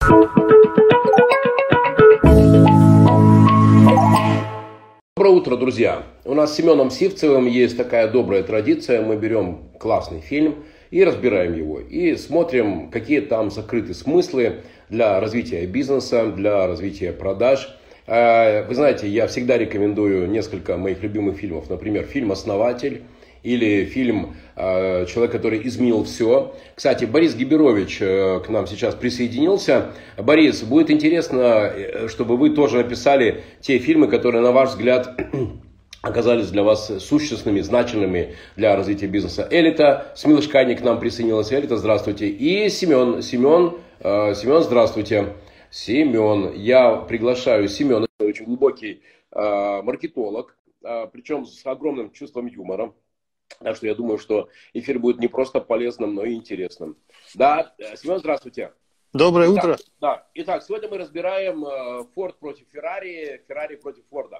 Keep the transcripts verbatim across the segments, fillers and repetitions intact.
Доброе утро, друзья! У нас с Семеном Сивцевым есть такая добрая традиция. Мы берем классный фильм и разбираем его. И смотрим, какие там закрыты смыслы для развития бизнеса, для развития продаж. Вы знаете, я всегда рекомендую несколько моих любимых фильмов. Например, фильм «Основатель» или фильм «Человек, который изменил все». Кстати, Борис Гиберович к нам сейчас присоединился. Борис, будет интересно, чтобы вы тоже написали те фильмы, которые, на ваш взгляд, оказались для вас сущностными, значимыми для развития бизнеса. Элита Смилшкани к нам присоединилась. Элита, здравствуйте. И Семен. Семен, Семен, здравствуйте. Семен, я приглашаю Семена, очень глубокий маркетолог, причем с огромным чувством юмора. Так что я думаю, что эфир будет не просто полезным, но и интересным. Да, Семен, здравствуйте. Доброе Итак, утро. Да. Итак, сегодня мы разбираем Ford против Ferrari, Ferrari против Форда.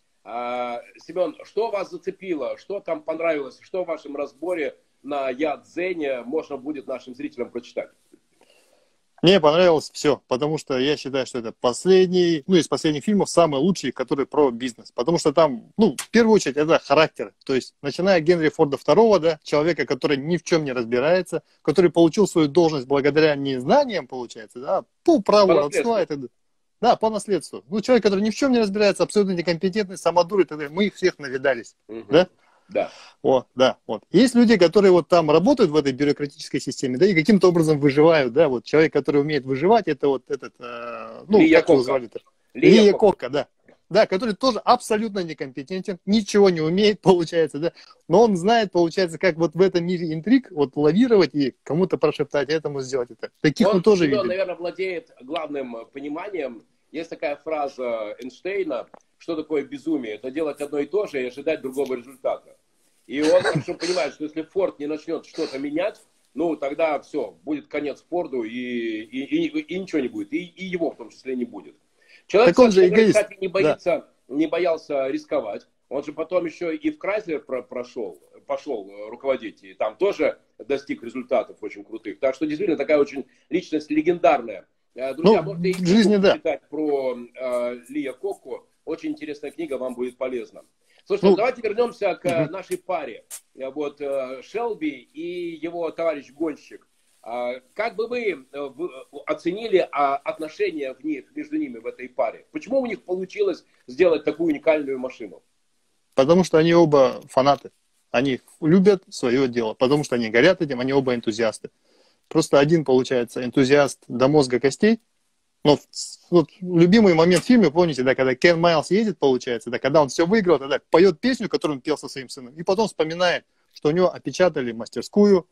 Семен, что вас зацепило, что там понравилось, что в вашем разборе на Яд-Дзене можно будет нашим зрителям прочитать? Мне понравилось все, потому что я считаю, что это последний, ну, из последних фильмов самый лучший, который про бизнес. Потому что там, ну, в первую очередь, это характер. То есть, начиная Генри Форда второго, да, человека, который ни в чем не разбирается, который получил свою должность благодаря не знаниям, получается, да, по праву родства. Это, да, по наследству. Ну, человек, который ни в чем не разбирается, абсолютно некомпетентный, самодур и так далее. Мы их всех навидались, угу. да? Да. О, да, вот. Есть люди, которые вот там работают в этой бюрократической системе, да, и каким-то образом выживают, да, вот человек, который умеет выживать, это вот этот, э, ну, Лия как его звали-то? Лия Кокка, да. Да, который тоже абсолютно некомпетентен, ничего не умеет, получается, да, но он знает, получается, как вот в этом мире интриг вот лавировать и кому-то прошептать, этому сделать это. Таких он, мы тоже он, видим. наверное, владеет главным пониманием. Есть такая фраза Эйнштейна, что такое безумие? Это делать одно и то же и ожидать другого результата. И он хорошо понимает, что если Форд не начнет что-то менять, ну, тогда все, будет конец Форду, и, и, и, и ничего не будет, и, и его в том числе не будет. Человек, так он же который, эгоист. кстати, не, боится, да. не боялся рисковать, он же потом еще и в Крайслер прошел, пошел руководить, и там тоже достиг результатов очень крутых. Так что, действительно, такая очень личность легендарная. Друзья, ну, можете в жизни, да. читать про э, Лия Кокку, очень интересная книга, вам будет полезна. Слушайте, ну, давайте вернемся к uh-huh. нашей паре. Вот Шелби и его товарищ-гонщик. Как бы вы оценили отношения в них, между ними в этой паре? Почему у них получилось сделать такую уникальную машину? Потому что они оба фанаты. Они любят свое дело. Потому что они горят этим, они оба энтузиасты. Просто один, получается, энтузиаст до мозга костей. Но вот, любимый момент в фильме, помните, да, когда Кен Майлз едет, получается, да, когда он все выиграл, тогда поет песню, которую он пел со своим сыном, и потом вспоминает, что у него опечатали мастерскую,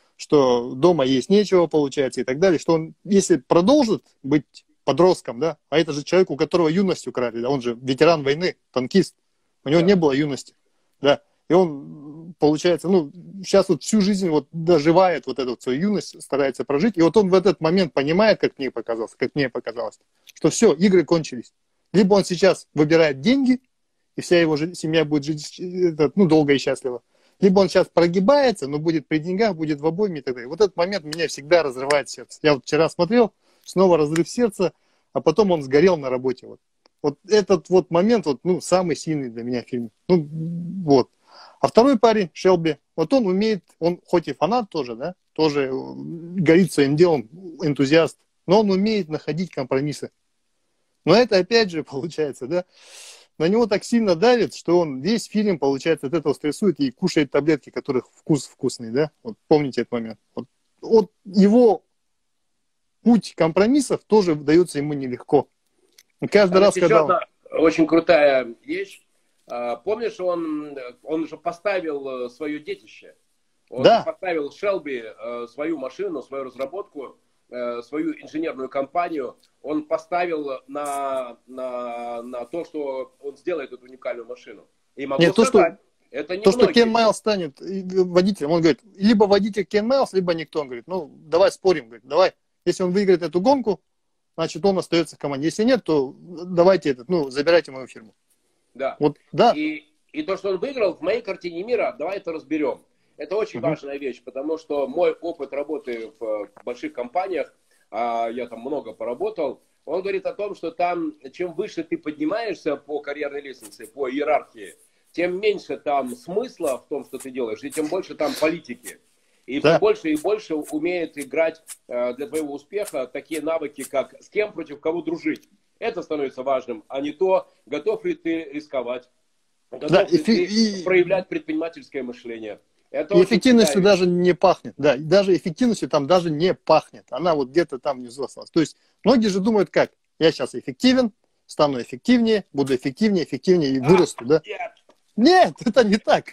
что дома есть нечего, получается, и так далее, что он, если продолжит быть подростком, да, а это же человек, у которого юность украли, да, он же ветеран войны, танкист, у него да. не было юности, да, и он, получается, ну, сейчас вот всю жизнь вот доживает вот эту вот свою юность, старается прожить. И вот он в этот момент понимает, как мне показалось, как мне показалось, что все, игры кончились. Либо он сейчас выбирает деньги, и вся его семья будет жить ну, долго и счастливо. Либо он сейчас прогибается, но будет при деньгах, будет в обойме и так далее. Вот этот момент меня всегда разрывает сердце. Я вот вчера смотрел, снова разрыв сердца, а потом он сгорел на работе. Вот, вот этот вот момент, вот, ну, самый сильный для меня в фильме. Ну, вот. А второй парень, Шелби, вот он умеет, он хоть и фанат тоже, да, тоже горит своим делом, энтузиаст, но он умеет находить компромиссы. Но это опять же получается, да, на него так сильно давит, что он весь фильм, получается, от этого стрессует и кушает таблетки, которых вкус вкусный, да, вот помните этот момент. Вот, вот его путь компромиссов тоже дается ему нелегко. И каждый а раз, когда он... Очень крутая вещь. Помнишь, он, он же поставил свое детище. Он да. поставил Шелби свою машину, свою разработку, свою инженерную компанию. Он поставил на, на, на то, что он сделает эту уникальную машину. И могу Нет, сказать, то, что, это не то, что Кен Майлз станет водителем, он говорит, либо водитель Кен Майлз, либо никто. Он говорит, ну, давай спорим, говорит, давай. Если он выиграет эту гонку, значит, он остается в команде. Если нет, то давайте этот, ну, забирайте мою фирму. Да. Вот, да. И, и то, что он выиграл, в моей картине мира, давай это разберем. Это очень uh-huh. важная вещь, потому что мой опыт работы в больших компаниях а я там много поработал, он говорит о том, что там, чем выше ты поднимаешься по карьерной лестнице, по иерархии, тем меньше там смысла в том, что ты делаешь, и тем больше там политики. И Да. все больше и больше умеет играть э, для твоего успеха такие навыки, как с кем против кого дружить. Это становится важным, а не то, готов ли ты рисковать, готов Да, ли эфи- ты и- проявлять предпринимательское мышление. Это И очень эффективностью ценная вещь. даже не пахнет. Да, и даже эффективностью там даже не пахнет. Она вот где-то там внизу осталась. То есть многие же думают как? Я сейчас эффективен, стану эффективнее, буду эффективнее, эффективнее и А, вырасту, да? нет. Нет, это не так.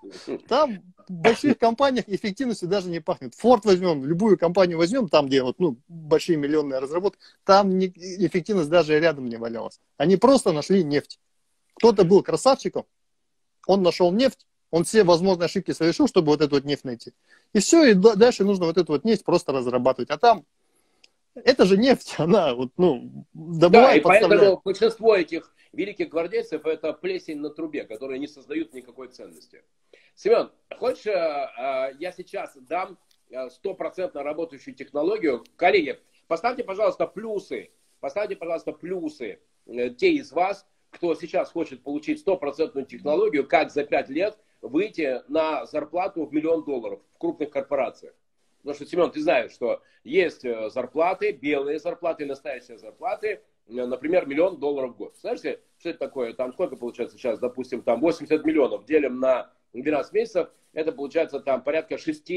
Там в больших компаниях эффективностью даже не пахнет. Форд возьмем, любую компанию возьмем, там, где вот, ну, большие миллионные разработки, там не- эффективность даже рядом не валялась. Они просто нашли нефть. Кто-то был красавчиком, он нашел нефть, он все возможные ошибки совершил, чтобы вот эту вот нефть найти. И все, и да- дальше нужно вот эту вот нефть просто разрабатывать. А там, это же нефть, она вот, ну, Да, и добывает, подставляет. поэтому большинство этих великих гвардейцев это плесень на трубе, которые не создают никакой ценности. Семен, хочешь, э, э, я сейчас дам э, стопроцентно работающую технологию. Коллеги, поставьте, пожалуйста, плюсы. Поставьте, пожалуйста, плюсы э, те из вас, кто сейчас хочет получить стопроцентную технологию, как за пять лет выйти на зарплату в миллион долларов в крупных корпорациях. Потому что, Семен, ты знаешь, что есть э, зарплаты, белые зарплаты, настоящие зарплаты, э, например, миллион долларов в год. Знаешь, что это такое? Там сколько получается сейчас? Допустим, там восемьдесят миллионов делим на двенадцать месяцев, это получается там порядка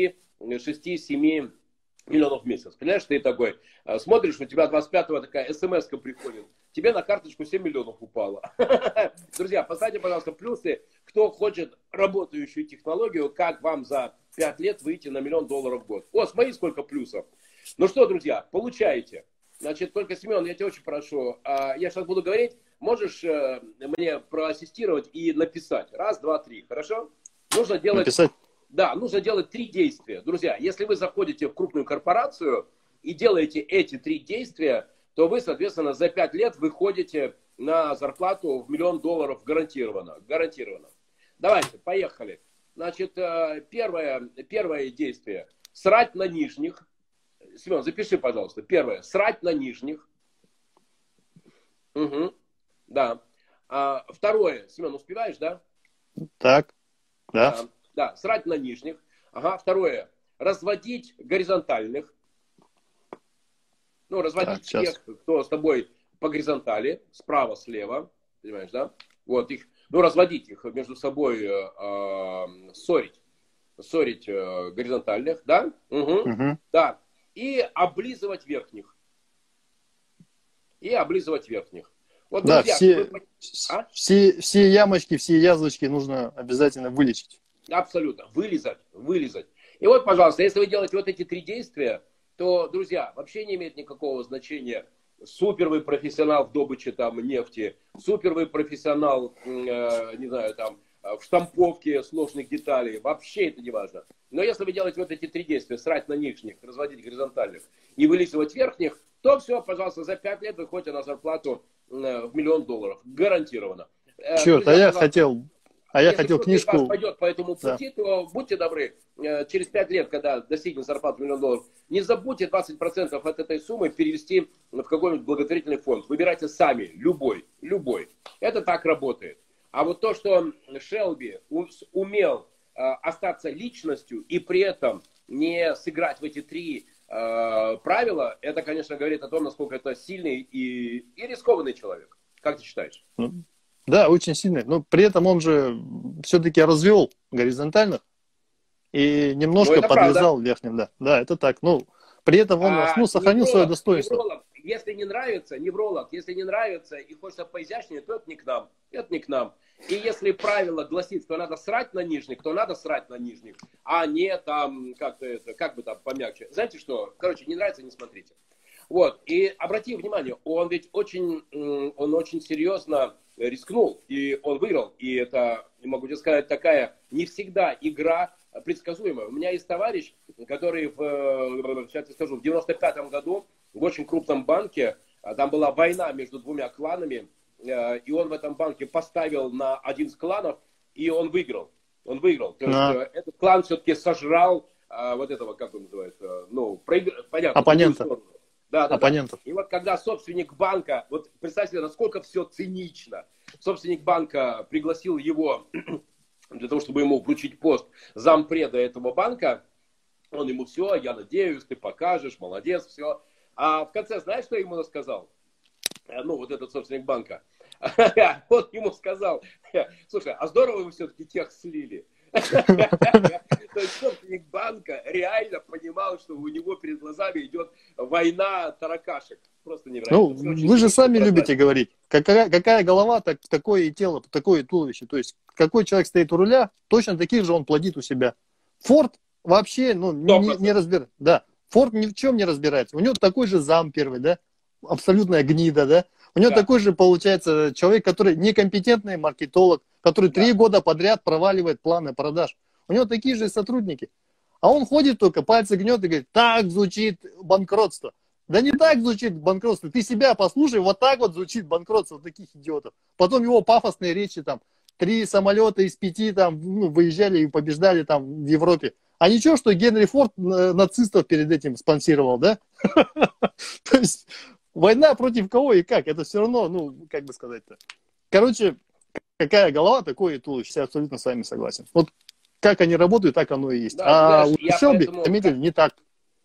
шесть-семь миллионов в месяц. Понимаешь, ты такой, э, смотришь, у тебя двадцать пятого такая смс-ка приходит, тебе на карточку семь миллионов упало. Друзья, поставьте, пожалуйста, плюсы, кто хочет работающую технологию, как вам за пять лет выйти на миллион долларов в год. О, смотри, сколько плюсов. Ну что, друзья, получаете. Значит, только, Семен, я тебя очень прошу, а, я сейчас буду говорить, можешь э, мне проассистировать и написать. Раз, два, три, хорошо? Нужно делать, Написать. да, нужно делать три действия. Друзья, если вы заходите в крупную корпорацию и делаете эти три действия, то вы, соответственно, за пять лет выходите на зарплату в миллион долларов гарантированно. Гарантированно. Давайте, поехали. Значит, э, первое, первое действие. Срать на нижних. Семен, запиши, пожалуйста. Первое. Срать на нижних. Угу. Да. А, второе. Семен, успеваешь, да? Так, да. Да. Да, срать на нижних. Ага. Второе. Разводить горизонтальных. Ну, разводить Так, тех, сейчас. кто с тобой по горизонтали, справа, слева. Понимаешь, да? Вот их. Ну, разводить их между собой, э, э, ссорить. Ссорить э, горизонтальных, да? Угу. Мгм. Да. И облизывать верхних. И облизывать верхних. Вот, Да, друзья, чтобы все, вы- а? все, все ямочки, все язвочки нужно обязательно вылечить. Абсолютно. Вылизать, вылизать. И вот, пожалуйста, если вы делаете вот эти три действия, то, друзья, вообще не имеет никакого значения, супер вы профессионал в добыче там нефти, супер вы профессионал, э, не знаю, там, в штамповке сложных деталей. Вообще это не важно. Но если вы делаете вот эти три действия, срать на нижних, разводить горизонтальных и вылизывать верхних, то все, пожалуйста, за пять лет вы ходите на зарплату э, в миллион долларов. Гарантированно. Э, Черт, друзья, а я пожалуйста, хотел, а я если хотел кто-то из вас книжку. пойдет по этому Да. пути, то будьте добры, э, через пять лет, когда достигнет зарплаты миллион долларов, не забудьте двадцать процентов от этой суммы перевести в какой-нибудь благотворительный фонд. Выбирайте сами, любой, любой. Это так работает. А вот то, что Шелби у- умел э, остаться личностью и при этом не сыграть в эти три э, правила, это, конечно, говорит о том, насколько это сильный и, и рискованный человек. Как ты считаешь? Ну, да, очень сильный. Но при этом он же все-таки развел горизонтальных и Ну, немножко это правда. подрезал верхним. Да, да, это так. Ну, при этом он А ну, сохранил свое невролог, достоинство. невролог, если не нравится, невролог, если не нравится и хочется поизящнее, то это не к нам. Это не к нам. И если правило гласит, что надо срать на нижних, то надо срать на нижних, а не там как-то это, как бы там помягче. Знаете что? Короче, не нравится, не смотрите. Вот. И обрати внимание, он ведь очень, м, он очень серьезно рискнул, и он выиграл. И это, могу тебе сказать, такая не всегда игра предсказуемая. У меня есть товарищ, который, в, сейчас я скажу, в девяносто пятом году в очень крупном банке, а, там была война между двумя кланами, э, и он в этом банке поставил на один из кланов, и он выиграл. Он выиграл. То есть А. э, этот клан все-таки сожрал а, вот этого, как он называется, ну, проигр... понятно, Оппонента. другую сторону. Да, да, оппонентов. да. И вот когда собственник банка, вот представьте, насколько все цинично. Собственник банка пригласил его для того, чтобы ему вручить пост зампреда этого банка. Он ему: все, я надеюсь, ты покажешь, молодец, все. А в конце знаешь, что я ему сказал? Ну, вот этот собственник банка. Он ему сказал: слушай, а здорово вы все-таки тех слили. То есть собственник банка реально понимал, что у него перед глазами идет война таракашек. Просто невероятно. Ну, вы же сами любите говорить, какая, какая голова, так, такое и тело, такое и туловище. То есть какой человек стоит у руля, точно таких же он плодит у себя. Форд вообще ну, не, не разбирается. Да, Форд ни в чем не разбирается. У него такой же зам первый, да, абсолютная гнида, да. У него да. такой же, получается, человек, который некомпетентный маркетолог, который да. три года подряд проваливает планы продаж. У него такие же сотрудники. А он ходит только, пальцы гнет и говорит: так звучит банкротство. Да не так звучит банкротство. Ты себя послушай, вот так вот звучит банкротство таких идиотов. Потом его пафосные речи, там, три самолета из пяти там, ну, выезжали и побеждали там в Европе. А ничего, что Генри Форд нацистов перед этим спонсировал, да? То есть война против кого и как? Это все равно, ну, как бы сказать-то. Короче, какая голова, такое и туловище. Я абсолютно с вами согласен. Вот как они работают, так оно и есть. Да, а знаешь, у Шелби, поэтому... заметили, не так.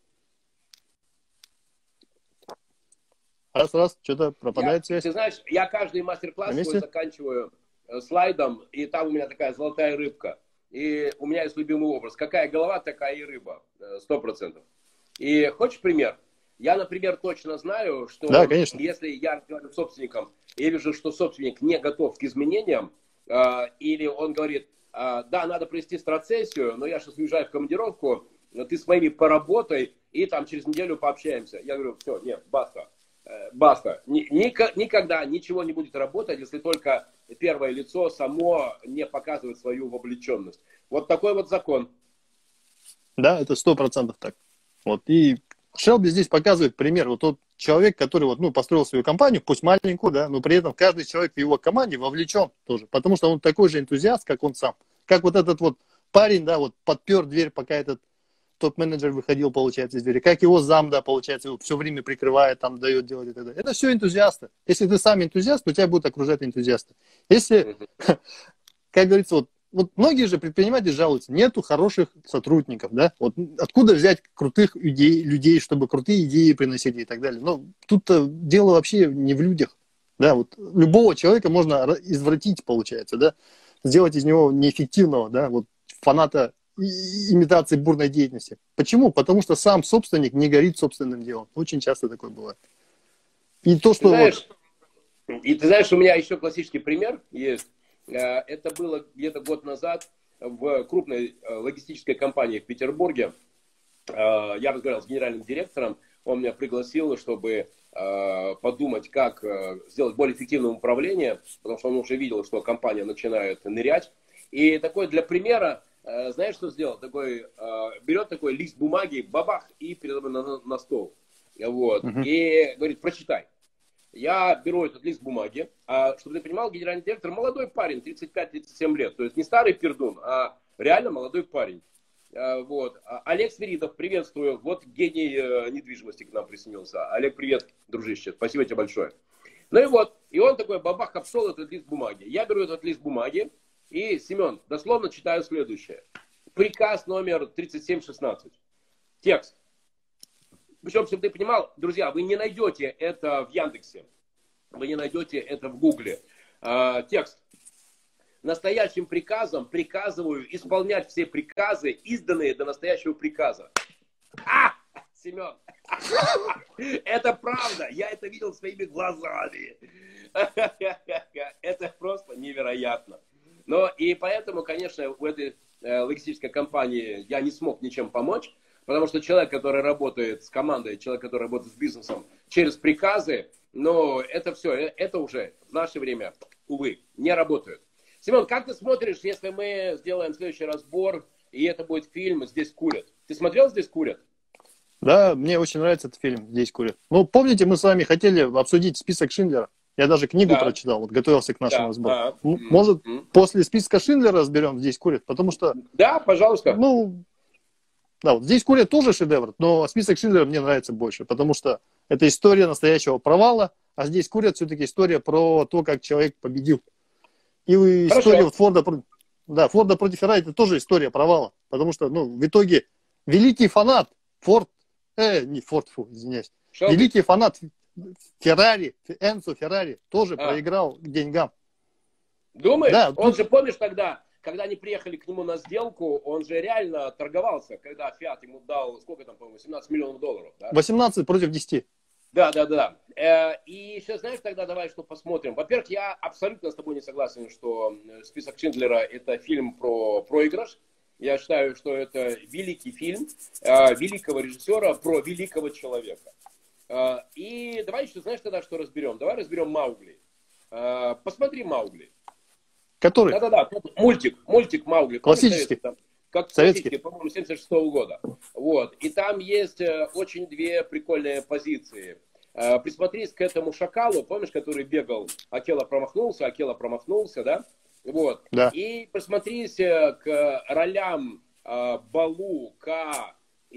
Раз-раз, что-то пропадает я, связь. Ты знаешь, я каждый мастер-класс свой заканчиваю слайдом, и там у меня такая золотая рыбка. И у меня есть любимый образ. Какая голова, такая и рыба. Сто процентов. И хочешь пример? Я, например, точно знаю, что да, конечно. Если я разговариваю с собственником, и я вижу, что собственник не готов к изменениям, э, или он говорит: э, да, надо провести страцессию, но я сейчас уезжаю в командировку, ты с моими поработай, и там через неделю пообщаемся. Я говорю: все, нет, баста. Э, баста. Ни, ни, никогда ничего не будет работать, если только первое лицо само не показывает свою вовлеченность. Вот такой вот закон. Да, это сто процентов так. Вот, и Шелби здесь показывает пример. Вот тот человек, который вот, ну, построил свою компанию, пусть маленькую, да, но при этом каждый человек в его команде вовлечен тоже, потому что он такой же энтузиаст, как он сам. Как вот этот вот парень, да, вот подпер дверь, пока этот топ-менеджер выходил, получается, из двери. Как его зам, да, получается, его все время прикрывает, там, дает делать и так далее. Это все энтузиасты. Если ты сам энтузиаст, то тебя будут окружать энтузиасты. Если, как говорится, вот, вот многие же предприниматели жалуются: нету хороших сотрудников, да, вот откуда взять крутых идей, людей, чтобы крутые идеи приносили и так далее. Но тут-то дело вообще не в людях, да, вот любого человека можно извратить, получается, да, сделать из него неэффективного, да, вот фаната имитации бурной деятельности. Почему? Потому что сам собственник не горит собственным делом. Очень часто такое бывает. И то, что... Ты знаешь, вот... и ты знаешь, у меня еще классический пример есть. Это было где-то год назад в крупной логистической компании в Петербурге. Я разговаривал с генеральным директором. Он меня пригласил, чтобы подумать, как сделать более эффективное управление, потому что он уже видел, что компания начинает нырять. И такой для примера, знаешь, что сделал? Такой, берет такой лист бумаги, бабах, и передо мной на, на стол. Вот. Uh-huh. И говорит: прочитай. Я беру этот лист бумаги. А, чтобы ты понимал, генеральный директор молодой парень, тридцать пять тридцать семь лет. То есть не старый пердун, а реально молодой парень. А, вот. А, Олег Свиридов, приветствую. Вот гений э, недвижимости к нам присоединился. Олег, привет, дружище. Спасибо тебе большое. Ну и вот. И он такой бабах обшел этот лист бумаги. Я беру этот лист бумаги. И, Семен, дословно читаю следующее. Приказ номер тридцать семь шестнадцать. Текст. Причем, чтобы ты понимал, друзья, вы не найдете это в Яндексе. Вы не найдете это в Гугле. А, текст. Настоящим приказом приказываю исполнять все приказы, изданные до настоящего приказа. А, Семен, это правда. Я это видел своими глазами. Это просто невероятно. Но и поэтому, конечно, у этой э, логистической компании я не смог ничем помочь, потому что человек, который работает с командой, человек, который работает с бизнесом через приказы, но это все, это уже в наше время, увы, не работает. Семен, как ты смотришь, если мы сделаем следующий разбор, и это будет фильм «Здесь курят»? Ты смотрел «Здесь курят»? Да, мне очень нравится этот фильм «Здесь курят». Ну, помните, мы с вами хотели обсудить список Шиндлера? Я даже книгу да. прочитал, вот готовился к нашему да. разбору. Да. Может, mm-hmm. после списка Шиндлера разберем «Здесь курят», потому что... Да, пожалуйста. Ну, да, вот «Здесь курят» тоже шедевр, но список Шиндлера мне нравится больше, потому что Это история настоящего провала, а здесь курят все-таки история про то, как человек победил. И история вот Форда, да, Форда против Феррари, это тоже история провала. Потому что, ну, в итоге великий фанат Форд, э, не Форд, фу, извиняюсь, Шелби. великий фанат Феррари, Энцо Феррари, тоже а. проиграл к деньгам. Думаешь? Да, он тут... же, помнишь, тогда, когда они приехали к нему на сделку, он же реально торговался, когда Фиат ему дал, сколько там, по-моему, семнадцать миллионов долларов. Да? восемнадцать против десяти. Да, да, да. Э, и еще, знаешь, тогда давай что посмотрим. Во-первых, я абсолютно с тобой не согласен, что «Список Шиндлера» — это фильм про проигрыш. Я считаю, что это великий фильм э, великого режиссера про великого человека. Э, и давай еще, знаешь, тогда что разберем? Давай разберем «Маугли». Э, посмотри «Маугли». Который? Да-да-да, мультик, мультик «Маугли». Классический. Там, как советский, по-моему, семьдесят шестого года. Вот. И там есть э, очень две прикольные позиции. Э, присмотрись к этому шакалу, помнишь, который бегал, Акела промахнулся, Акела промахнулся, да? Вот. Да. И присмотрись э, к ролям э, Балу, Ка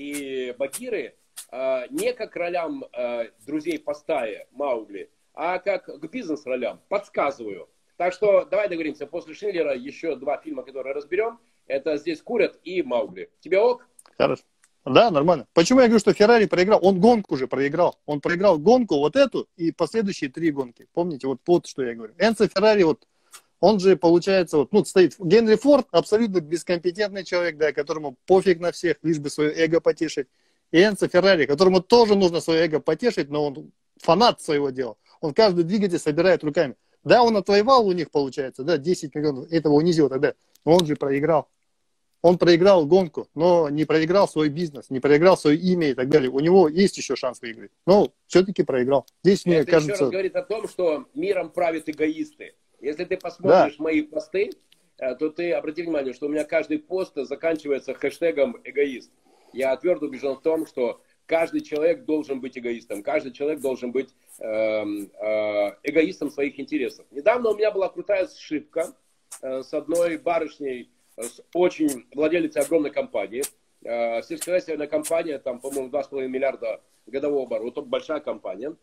и Багиры, э, не как к ролям э, друзей по стае Маугли, а как к бизнес-ролям. Подсказываю. Так что давай договоримся, после Шиндлера еще два фильма, которые разберем. Это «Здесь курят» и «Маугли». Тебе ок? Хорошо. Да, нормально. Почему я говорю, что Феррари проиграл? Он гонку уже проиграл. Он проиграл гонку вот эту и последующие три гонки. Помните, вот, вот что я говорю. Энцо Феррари, вот, он же, получается, вот, ну, стоит. Генри Форд абсолютно бескомпетентный человек, да, которому пофиг на всех, лишь бы свое эго потешить. И Энцо Феррари, которому тоже нужно свое эго потешить, но он фанат своего дела. Он каждый двигатель собирает руками. Да, он отвоевал у них, получается, да, десять миллионов. Этого унизил тогда. Но он же проиграл. Он проиграл гонку, но не проиграл свой бизнес, не проиграл свое имя и так далее. У него есть еще шанс выиграть. Но все-таки проиграл. Здесь, мне Это кажется... еще раз говорит о том, что миром правят эгоисты. Если ты посмотришь да. мои посты, то ты обрати внимание, что у меня каждый пост заканчивается хэштегом «эгоист». Я твердо убежден в том, что каждый человек должен быть эгоистом. Каждый человек должен быть э, э, эгоистом своих интересов. Недавно у меня была крутая ошибка э, с одной барышней, с очень владелицей огромной компании. Э, сельскохозяйственная компания, там, по-моему, два с половиной миллиарда годового оборота, большая компания.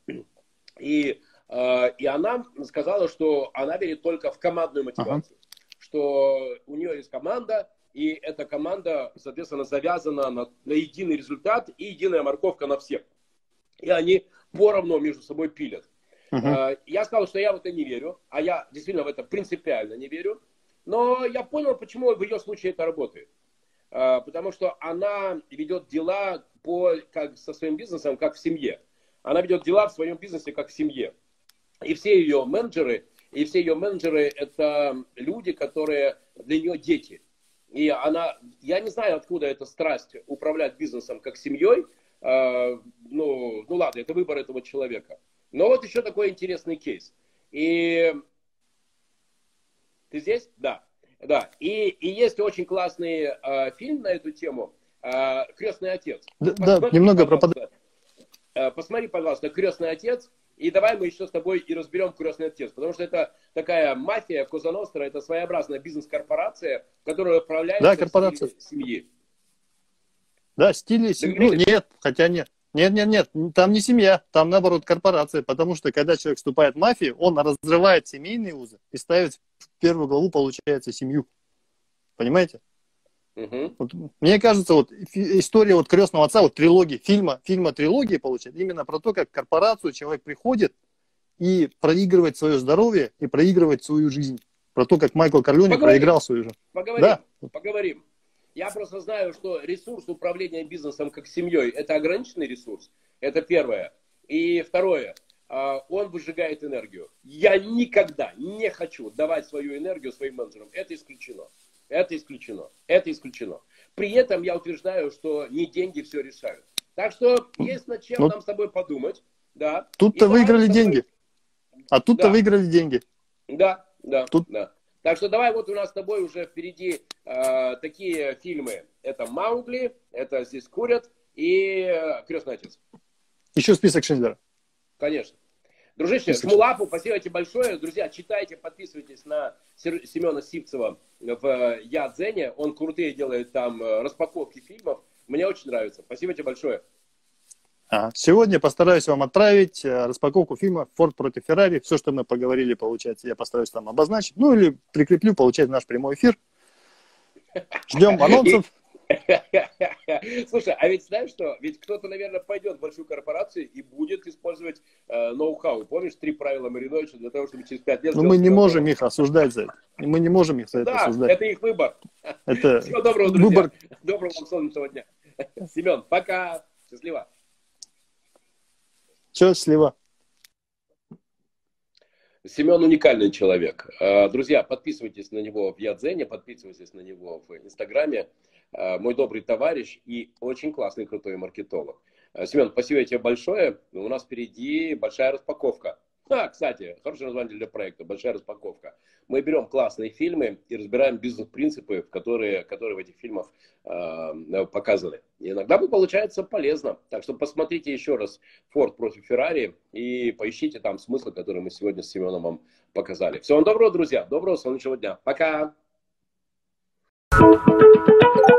И, э, и она сказала, что она верит только в командную мотивацию. Ага. Что у нее есть команда, и эта команда, соответственно, завязана на, на единый результат и единая морковка на всех. И они поровну между собой пилят. Uh-huh. Я сказал, что я в это не верю, а я действительно в это принципиально не верю. Но я понял, почему в ее случае это работает. Потому что она ведет дела по, как со своим бизнесом, как в семье. Она ведет дела в своем бизнесе, как в семье. И все ее менеджеры, и все ее менеджеры это люди, которые для нее дети. И она, я не знаю, откуда эта страсть управлять бизнесом как семьей. Э, ну, ну ладно, это выбор этого человека. Но вот еще такой интересный кейс. И ты здесь? Да. Да. И, и есть очень классный э, фильм на эту тему э, «Крестный отец». Да, да немного пропадает. Э, посмотри, пожалуйста, «Крестный отец». И давай мы еще с тобой и разберем «Крестный отец», потому что это такая мафия, Коза Ностра, это своеобразная бизнес-корпорация, которая управляется да, корпорация. в стиле семьи. Да, стиле семьи. Ну, нет, хотя нет. Нет, нет, нет, там не семья, там наоборот корпорация, потому что когда человек вступает в мафию, он разрывает семейные узы и ставит в первую главу, получается, семью. Понимаете? Угу. Вот, мне кажется, вот история вот «Крестного отца», вот трилогии, фильма, фильма трилогии получается, именно про то, как в корпорацию человек приходит и проигрывает свое здоровье и проигрывает свою жизнь. Про то, как Майкл Корлеоне проиграл свою жизнь. Поговорим, да. поговорим. Я просто знаю, что ресурс управления бизнесом как семьей – это ограниченный ресурс. Это первое. И второе. Он выжигает энергию. Я никогда не хочу давать свою энергию своим менеджерам. Это исключено. Это исключено. Это исключено. При этом я утверждаю, что не деньги все решают. Так что есть над чем ну, нам с тобой подумать. Да. Тут-то выиграли тобой... деньги. А тут-то да. выиграли деньги. Да, да, тут... да. Так что давай вот у нас с тобой уже впереди э, такие фильмы. Это «Маугли», это «Здесь курят» и э, «Крестный отец». Еще список Шиндлера. Конечно. Дружище, Смулапу, спасибо тебе большое. Друзья, читайте, подписывайтесь на Семена Сивцева в Ядзене. Он крутые делает там распаковки фильмов. Мне очень нравится. Спасибо тебе большое. А, сегодня постараюсь вам отправить э, распаковку фильма «Форд против Феррари». Все, что мы поговорили, получается, я постараюсь там обозначить. Ну или прикреплю, получается, наш прямой эфир. Ждем анонсов. Слушай, а ведь знаешь что? Ведь кто-то, наверное, пойдет в большую корпорацию и будет использовать э, ноу-хау. Помнишь, три правила Мариновича для того, чтобы через пять лет... Но мы не можем их осуждать за это. Мы не можем их за это да, осуждать. это их выбор. Это Всего доброго, друзья. выбор... Доброго вам солнечного дня. Семен, пока. Счастливо. Все, слева. Семен уникальный человек. Друзья, подписывайтесь на него в Ядзене, подписывайтесь на него в Инстаграме. Мой добрый товарищ и очень классный, крутой маркетолог. Семен, спасибо тебе большое. У нас впереди большая распаковка. А, кстати, хорошее название для проекта «Большая распаковка». Мы берем классные фильмы и разбираем бизнес-принципы, которые, которые в этих фильмах э, показаны. И иногда получается полезно. Так что посмотрите еще раз «Форд против Феррари» и поищите там смысл, который мы сегодня с Семеном вам показали. Всего вам доброго, друзья. Доброго солнечного дня. Пока!